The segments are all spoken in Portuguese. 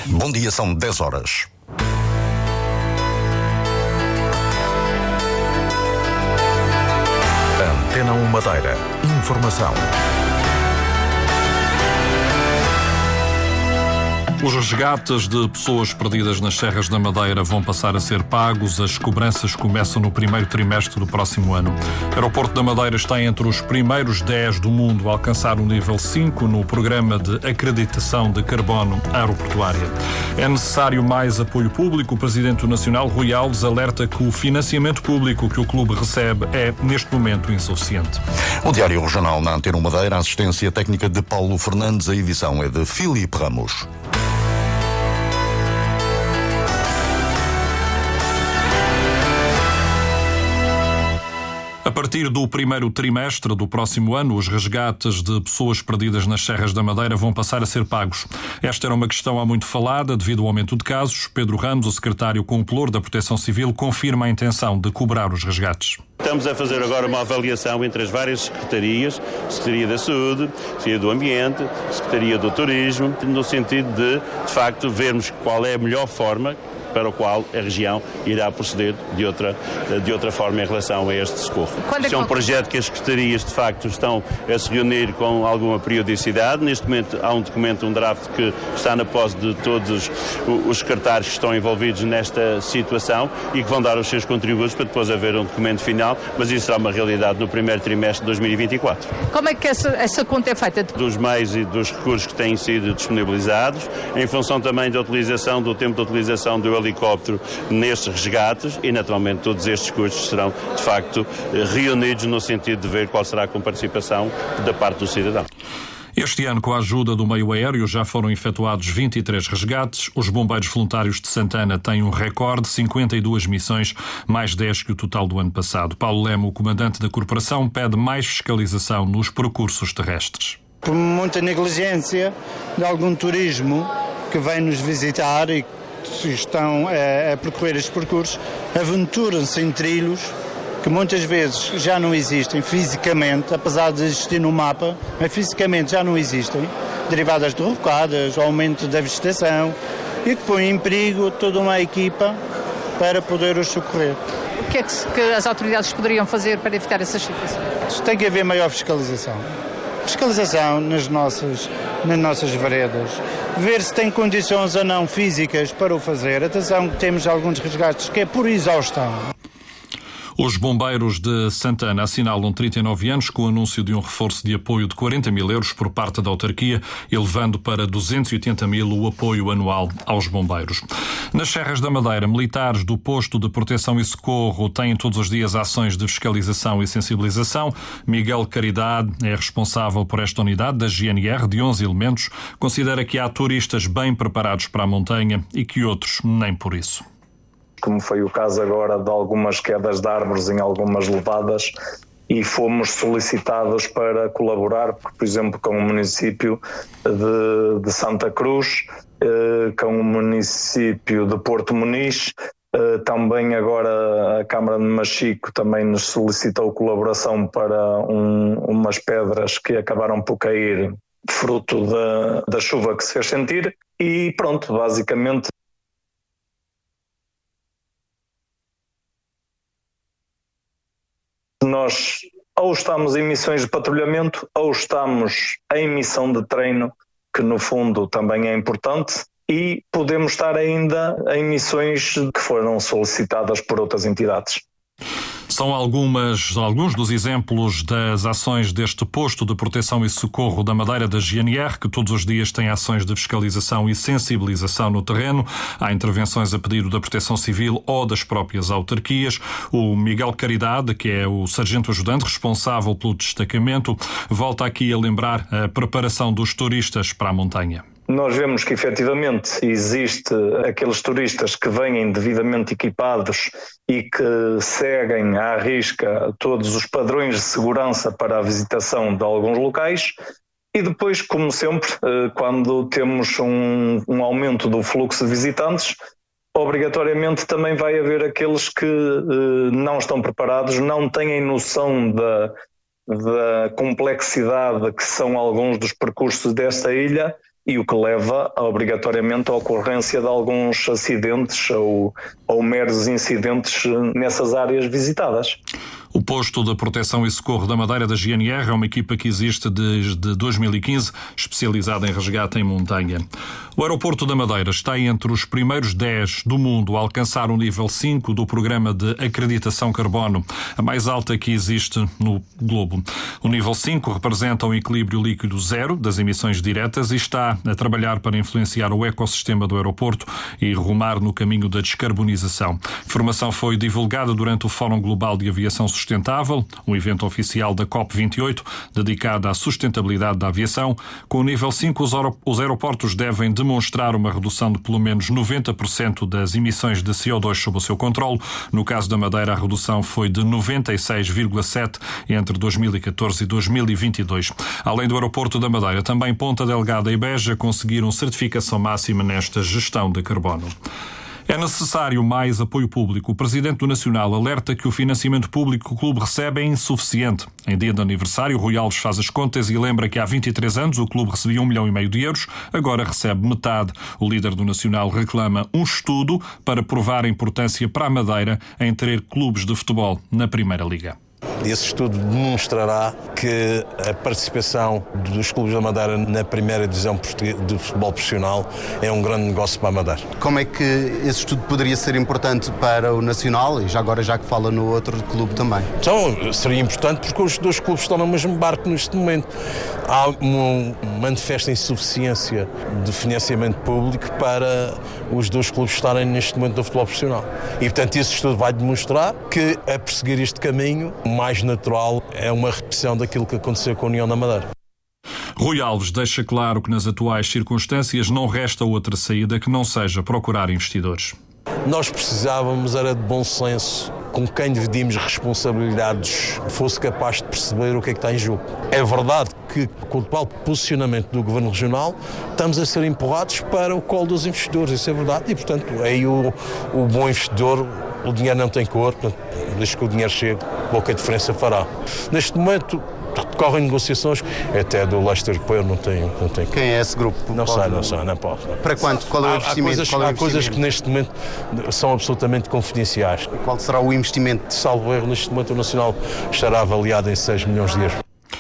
Bom dia, são 10 horas. Antena 1 Madeira. Informação. Os resgates de pessoas perdidas nas Serras da Madeira vão passar a ser pagos. As cobranças começam no primeiro trimestre do próximo ano. O Aeroporto da Madeira está entre os primeiros 10 do mundo a alcançar o nível 5 no programa de acreditação de carbono aeroportuária. É necessário mais apoio público. O Presidente Nacional, Rui Alves, alerta que o financiamento público que o clube recebe é, neste momento, insuficiente. O Diário Regional na Antena 1 Madeira, a assistência técnica de Paulo Fernandes, a edição é de Filipe Ramos. A partir do primeiro trimestre do próximo ano, os resgates de pessoas perdidas nas Serras da Madeira vão passar a ser pagos. Esta era uma questão há muito falada devido ao aumento de casos. Pedro Ramos, o secretário controlador da Proteção Civil, confirma a intenção de cobrar os resgates. Estamos a fazer agora uma avaliação entre as várias secretarias, Secretaria da Saúde, Secretaria do Ambiente, Secretaria do Turismo, no sentido de facto, vermos qual é a melhor forma para o qual a região irá proceder de outra forma em relação a este socorro. Este é um projeto que as secretarias, de facto, estão a se reunir com alguma periodicidade. Neste momento há um documento, um draft, que está na posse de todos os secretários que estão envolvidos nesta situação e que vão dar os seus contributos para depois haver um documento final, mas isso será uma realidade no primeiro trimestre de 2024. Como é que essa conta é feita? Dos meios e dos recursos que têm sido disponibilizados, em função também da utilização, do tempo de utilização do helicóptero nestes resgates e, naturalmente, todos estes custos serão, de facto, reunidos no sentido de ver qual será a comparticipação da parte do cidadão. Este ano, com a ajuda do meio aéreo, já foram efetuados 23 resgates. Os bombeiros voluntários de Santana têm um recorde, 52 missões, mais 10 que o total do ano passado. Paulo Lemo, o comandante da corporação, pede mais fiscalização nos percursos terrestres. Por muita negligência de algum turismo que vem nos visitar e estão a percorrer estes percursos, aventuram-se em trilhos que muitas vezes já não existem fisicamente, apesar de existir no mapa, mas fisicamente já não existem, derivadas de rebocadas, aumento da vegetação, e que põem em perigo toda uma equipa para poder os socorrer. O que é que as autoridades poderiam fazer para evitar essas situações? Tem que haver maior fiscalização. Fiscalização nas nossas veredas, ver se tem condições ou não físicas para o fazer. Atenção que temos alguns resgates que é por exaustão. Os bombeiros de Santana assinalam 39 anos com o anúncio de um reforço de apoio de 40 mil euros por parte da autarquia, elevando para 280 mil o apoio anual aos bombeiros. Nas Serras da Madeira, militares do Posto de Proteção e Socorro têm todos os dias ações de fiscalização e sensibilização. Miguel Caridade é responsável por esta unidade da GNR de 11 elementos. Considera que há turistas bem preparados para a montanha e que outros nem por isso. Como foi o caso agora de algumas quedas de árvores em algumas levadas, e fomos solicitados para colaborar, por exemplo, com o município de Santa Cruz, com o município de Porto Muniz. Também agora a Câmara de Machico também nos solicitou colaboração para umas pedras que acabaram por cair fruto da chuva que se fez sentir. E pronto, basicamente nós ou estamos em missões de patrulhamento ou estamos em missão de treino, que no fundo também é importante, e podemos estar ainda em missões que foram solicitadas por outras entidades. São alguns dos exemplos das ações deste posto de proteção e socorro da Madeira da GNR, que todos os dias tem ações de fiscalização e sensibilização no terreno. Há intervenções a pedido da Proteção Civil ou das próprias autarquias. O Miguel Caridade, que é o sargento ajudante responsável pelo destacamento, volta aqui a lembrar a preparação dos turistas para a montanha. Nós vemos que efetivamente existe aqueles turistas que vêm devidamente equipados e que seguem à risca todos os padrões de segurança para a visitação de alguns locais, e depois, como sempre, quando temos um aumento do fluxo de visitantes, obrigatoriamente também vai haver aqueles que não estão preparados, não têm noção da complexidade que são alguns dos percursos desta ilha, e o que leva obrigatoriamente à ocorrência de alguns acidentes ou meros incidentes nessas áreas visitadas. O posto de proteção e socorro da Madeira da GNR é uma equipa que existe desde 2015, especializada em resgate em montanha. O aeroporto da Madeira está entre os primeiros 10 do mundo a alcançar o nível 5 do programa de acreditação carbono, a mais alta que existe no globo. O nível 5 representa um equilíbrio líquido zero das emissões diretas e está a trabalhar para influenciar o ecossistema do aeroporto e rumar no caminho da descarbonização. A informação foi divulgada durante o Fórum Global de Aviação Sustentável, um evento oficial da COP28 dedicado à sustentabilidade da aviação. Com o nível 5, os aeroportos devem demonstrar uma redução de pelo menos 90% das emissões de CO2 sob o seu controle. No caso da Madeira, a redução foi de 96,7% entre 2014 e 2022. Além do aeroporto da Madeira, também Ponta Delgada e Beja conseguiram certificação máxima nesta gestão de carbono. É necessário mais apoio público. O Presidente do Nacional alerta que o financiamento público que o clube recebe é insuficiente. Em dia de aniversário, Rui Alves faz as contas e lembra que há 23 anos o clube recebia 1,5 milhão de euros, agora recebe metade. O líder do Nacional reclama um estudo para provar a importância para a Madeira em ter clubes de futebol na Primeira Liga. Esse estudo demonstrará que a participação dos clubes da Madeira na primeira divisão de futebol profissional é um grande negócio para a Madeira. Como é que esse estudo poderia ser importante para o Nacional e já que fala no outro clube também? Então, seria importante porque os dois clubes estão no mesmo barco neste momento. Há uma manifesta insuficiência de financiamento público para os dois clubes estarem neste momento no futebol profissional. E, portanto, esse estudo vai demonstrar que a perseguir este caminho, mais natural é uma repetição daquilo que aconteceu com a União da Madeira. Rui Alves deixa claro que nas atuais circunstâncias não resta outra saída que não seja procurar investidores. Nós precisávamos era de bom senso, com quem dividimos responsabilidades, fosse capaz de perceber o que é que está em jogo. É verdade que, com o atual posicionamento do Governo Regional, estamos a ser empurrados para o colo dos investidores, isso é verdade, e portanto aí o bom investidor, o dinheiro não tem cor, portanto, desde que o dinheiro chegue, pouca diferença fará. Neste momento decorrem negociações, até do leste europeu não tem. Quem é esse grupo? Não pode. Para quanto? Qual é o investimento? Há coisas que neste momento são absolutamente confidenciais. Qual será o investimento? Salvo erro, neste momento o Nacional estará avaliado em 6 milhões de euros.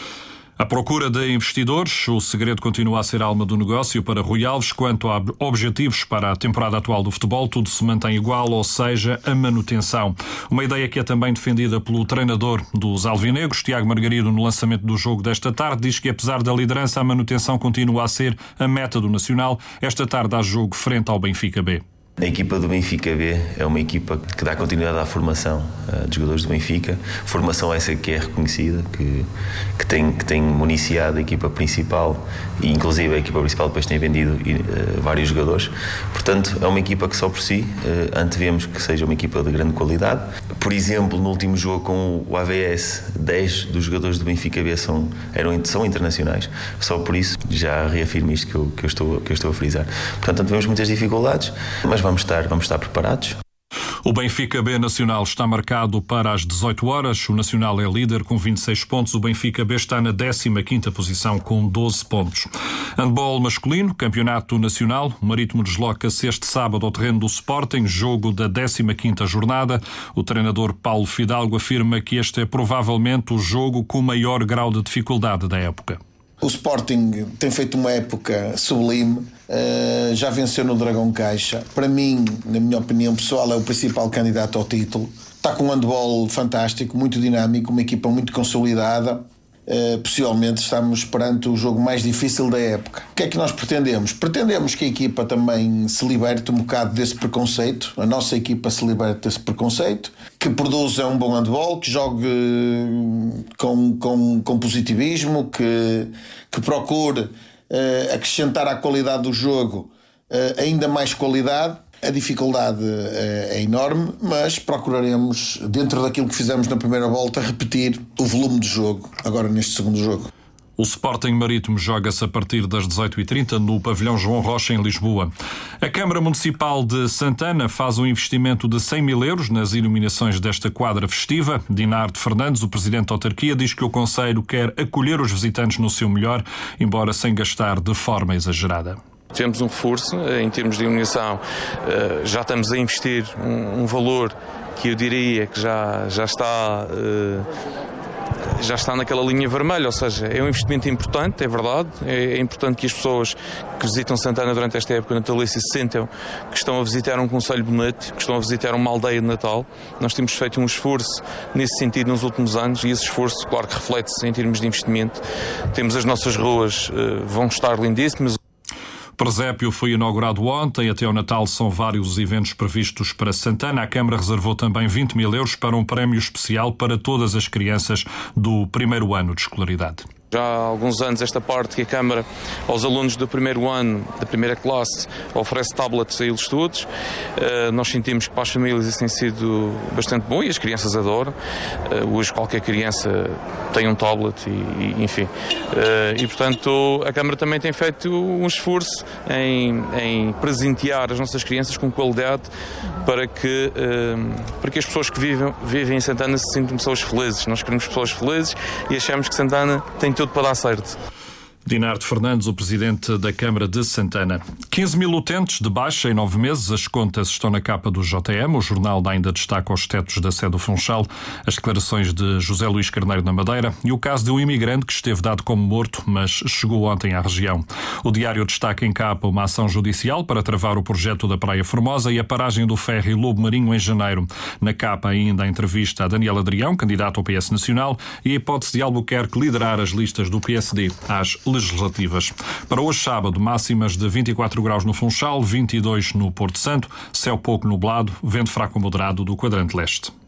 À procura de investidores, o segredo continua a ser a alma do negócio para Rui Alves. Quanto a objetivos para a temporada atual do futebol, tudo se mantém igual, ou seja, a manutenção. Uma ideia que é também defendida pelo treinador dos alvinegros, Tiago Margarido, no lançamento do jogo desta tarde, diz que apesar da liderança, a manutenção continua a ser a meta do Nacional. Esta tarde há jogo frente ao Benfica B. A equipa do Benfica B é uma equipa que dá continuidade à formação dos jogadores do Benfica, formação essa que é reconhecida, que tem municiado a equipa principal e inclusive a equipa principal depois tem vendido vários jogadores. Portanto, é uma equipa que só por si antevemos que seja uma equipa de grande qualidade. Por exemplo, no último jogo com o AVS, 10 dos jogadores do Benfica B são internacionais. Só por isso já reafirmo isto que eu estou a frisar. Portanto, tivemos muitas dificuldades, mas vamos estar preparados. O Benfica B Nacional está marcado para as 18 horas. O Nacional é líder com 26 pontos. O Benfica B está na 15ª posição com 12 pontos. Handball masculino, campeonato nacional. O Marítimo desloca-se este sábado ao terreno do Sporting, jogo da 15ª jornada. O treinador Paulo Fidalgo afirma que este é provavelmente o jogo com o maior grau de dificuldade da época. O Sporting tem feito uma época sublime, já venceu no Dragão Caixa. Para mim, na minha opinião pessoal, é o principal candidato ao título. Está com um handball fantástico, muito dinâmico, uma equipa muito consolidada. Possivelmente estamos perante o jogo mais difícil da época. O que é que nós pretendemos? Pretendemos que a equipa também se liberte um bocado desse preconceito, a nossa equipa se liberte desse preconceito, que produza um bom handball, que jogue com positivismo, que procure acrescentar à qualidade do jogo ainda mais qualidade. A dificuldade é enorme, mas procuraremos, dentro daquilo que fizemos na primeira volta, repetir o volume de jogo agora neste segundo jogo. O Sporting Marítimo joga-se a partir das 18h30 no pavilhão João Rocha, em Lisboa. A Câmara Municipal de Santana faz um investimento de 100 mil euros nas iluminações desta quadra festiva. Dinardo Fernandes, o presidente da autarquia, diz que o concelho quer acolher os visitantes no seu melhor, embora sem gastar de forma exagerada. Temos um reforço em termos de iluminação, já estamos a investir um valor que eu diria que já está naquela linha vermelha, ou seja, é um investimento importante, é verdade, é importante que as pessoas que visitam Santana durante esta época natalícia se sintam que estão a visitar um concelho bonito, que estão a visitar uma aldeia de Natal. Nós temos feito um esforço nesse sentido nos últimos anos e esse esforço, claro que reflete-se em termos de investimento. Temos as nossas ruas, vão estar lindíssimas. O presépio foi inaugurado ontem. Até ao Natal são vários os eventos previstos para Santana. A Câmara reservou também 20 mil euros para um prémio especial para todas as crianças do primeiro ano de escolaridade. Já há alguns anos esta parte que a Câmara aos alunos do primeiro ano, da primeira classe, oferece tablets a eles todos. Nós sentimos que para as famílias isso tem sido bastante bom e as crianças adoram. Hoje qualquer criança tem um tablet enfim. E portanto a Câmara também tem feito um esforço em presentear as nossas crianças com qualidade para que as pessoas que vivem em Santana se sintam pessoas felizes. Nós queremos pessoas felizes e achamos que Santana tem tudo para dar certo. Dinardo Fernandes, o presidente da Câmara de Santana. 15 mil utentes de baixa em 9 meses. As contas estão na capa do JM. O jornal dá ainda destaca aos tetos da sede do Funchal, as declarações de José Luís Carneiro na Madeira e o caso de um imigrante que esteve dado como morto, mas chegou ontem à região. O diário destaca em capa uma ação judicial para travar o projeto da Praia Formosa e a paragem do ferry Lobo Marinho em janeiro. Na capa ainda a entrevista a Daniel Adrião, candidato ao PS Nacional, e a hipótese de Albuquerque liderar as listas do PSD às legislativas. Para hoje, sábado, máximas de 24 graus no Funchal, 22 no Porto Santo, céu pouco nublado, vento fraco moderado do quadrante leste.